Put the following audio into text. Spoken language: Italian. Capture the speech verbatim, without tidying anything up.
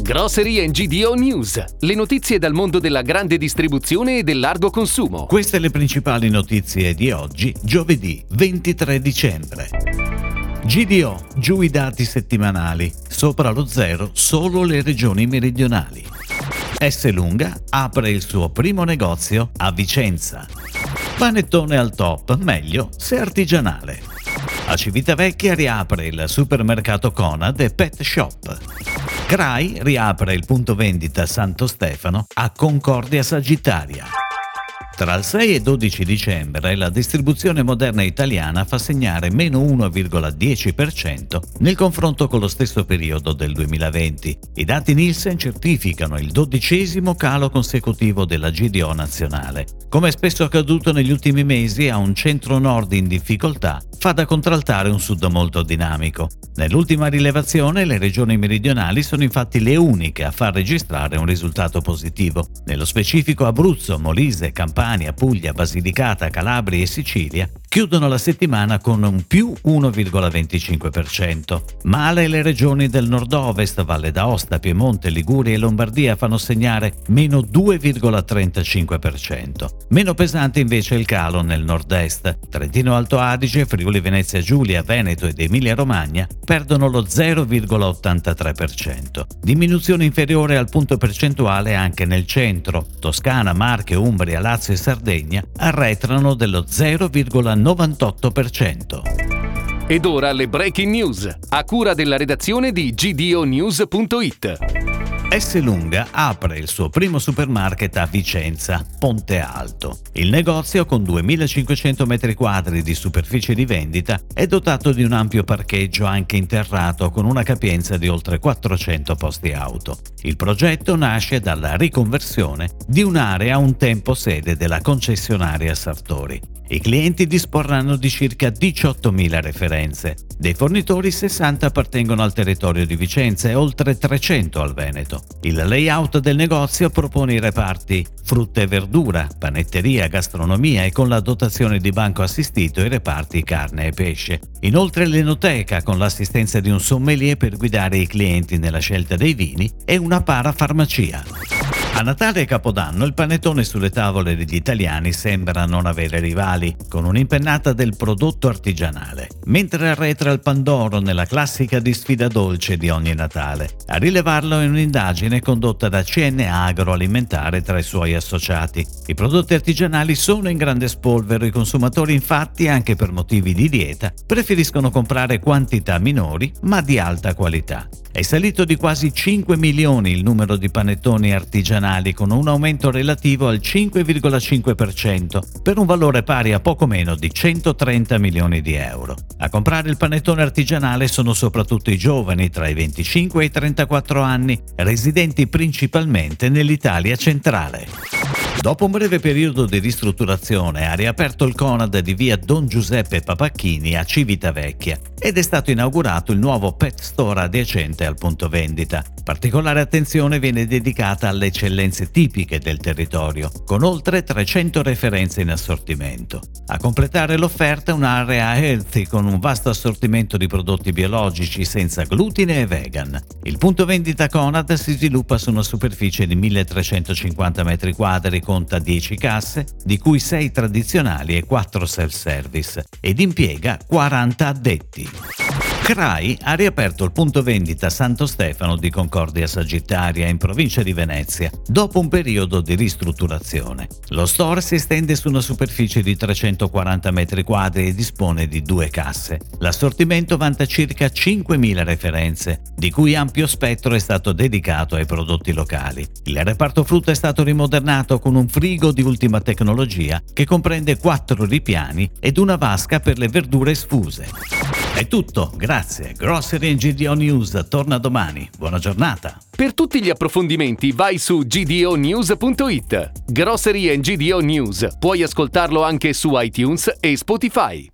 Grocery and G D O News, le notizie dal mondo della grande distribuzione e del largo consumo. Queste le principali notizie di oggi, giovedì ventitré dicembre. G D O, giù i dati settimanali, sopra lo zero solo le regioni meridionali. Esselunga apre il suo primo negozio a Vicenza. Panettone al top, meglio se artigianale. A Civitavecchia riapre il supermercato Conad e Pet Shop. C R A I riapre il punto vendita Santo Stefano a Concordia Sagittaria. Tra il sei e dodici dicembre la distribuzione moderna italiana fa segnare meno uno virgola dieci per cento nel confronto con lo stesso periodo del duemilaventi. I dati Nielsen certificano il dodicesimo calo consecutivo della G D O nazionale. Come è spesso accaduto negli ultimi mesi, a un centro-nord in difficoltà fa da contraltare un sud molto dinamico. Nell'ultima rilevazione le regioni meridionali sono infatti le uniche a far registrare un risultato positivo. Nello specifico Abruzzo, Molise, Campania, Puglia, Basilicata, Calabria e Sicilia chiudono la settimana con un più uno virgola venticinque per cento. Male le regioni del nord-ovest, Valle d'Aosta, Piemonte, Liguria e Lombardia fanno segnare meno due virgola trentacinque per cento. Meno pesante invece il calo nel nord-est. Trentino Alto Adige, Friuli Venezia Giulia, Veneto ed Emilia Romagna perdono lo zero virgola ottantatré per cento. Diminuzione inferiore al punto percentuale anche nel centro. Toscana, Marche, Umbria, Lazio e Sardegna arretrano dello zero virgola novantotto per cento. Ed ora le breaking news, a cura della redazione di G D O News punto it. Esselunga apre il suo primo supermarket a Vicenza, Ponte Alto. Il negozio, con duemilacinquecento metri quadri di superficie di vendita, è dotato di un ampio parcheggio anche interrato con una capienza di oltre quattrocento posti auto. Il progetto nasce dalla riconversione di un'area un tempo sede della concessionaria Sartori. I clienti disporranno di circa diciottomila referenze. Dei fornitori sessanta appartengono al territorio di Vicenza e oltre trecento al Veneto. Il layout del negozio propone i reparti frutta e verdura, panetteria, gastronomia e con la dotazione di banco assistito i reparti carne e pesce. Inoltre l'enoteca con l'assistenza di un sommelier per guidare i clienti nella scelta dei vini e una parafarmacia. A Natale e Capodanno il panettone sulle tavole degli italiani sembra non avere rivali, con un'impennata del prodotto artigianale, mentre arretra il Pandoro nella classica di sfida dolce di ogni Natale. A rilevarlo è un'indagine condotta da C N A Agroalimentare tra i suoi associati. I prodotti artigianali sono in grande spolvero, i consumatori infatti, anche per motivi di dieta, preferiscono comprare quantità minori ma di alta qualità. È salito di quasi cinque milioni il numero di panettoni artigianali, con un aumento relativo al cinque virgola cinque per cento, per un valore pari a poco meno di centotrenta milioni di euro. A comprare il panettone artigianale sono soprattutto i giovani tra i venticinque e i trentaquattro anni, residenti principalmente nell'Italia centrale. Dopo un breve periodo di ristrutturazione ha riaperto il Conad di via Don Giuseppe Papacchini a Civitavecchia ed è stato inaugurato il nuovo pet store adiacente al punto vendita. Particolare attenzione viene dedicata alle eccellenze tipiche del territorio, con oltre trecento referenze in assortimento. A completare l'offerta un'area healthy con un vasto assortimento di prodotti biologici senza glutine e vegan. Il punto vendita Conad si sviluppa su una superficie di milletrecentocinquanta metri quadri, conta dieci casse, di cui sei tradizionali e quattro self-service, ed impiega quaranta addetti. C R A I ha riaperto il punto vendita Santo Stefano di Concordia Sagittaria in provincia di Venezia dopo un periodo di ristrutturazione. Lo store si estende su una superficie di trecentoquaranta metri quadri e dispone di due casse. L'assortimento vanta circa cinquemila referenze, di cui ampio spettro è stato dedicato ai prodotti locali. Il reparto frutta è stato rimodernato con un frigo di ultima tecnologia che comprende quattro ripiani ed una vasca per le verdure sfuse. È tutto, grazie. Grocery and G D O News torna domani. Buona giornata. Per tutti gli approfondimenti vai su G D O News punto it. Grocery and G D O News. Puoi ascoltarlo anche su iTunes e Spotify.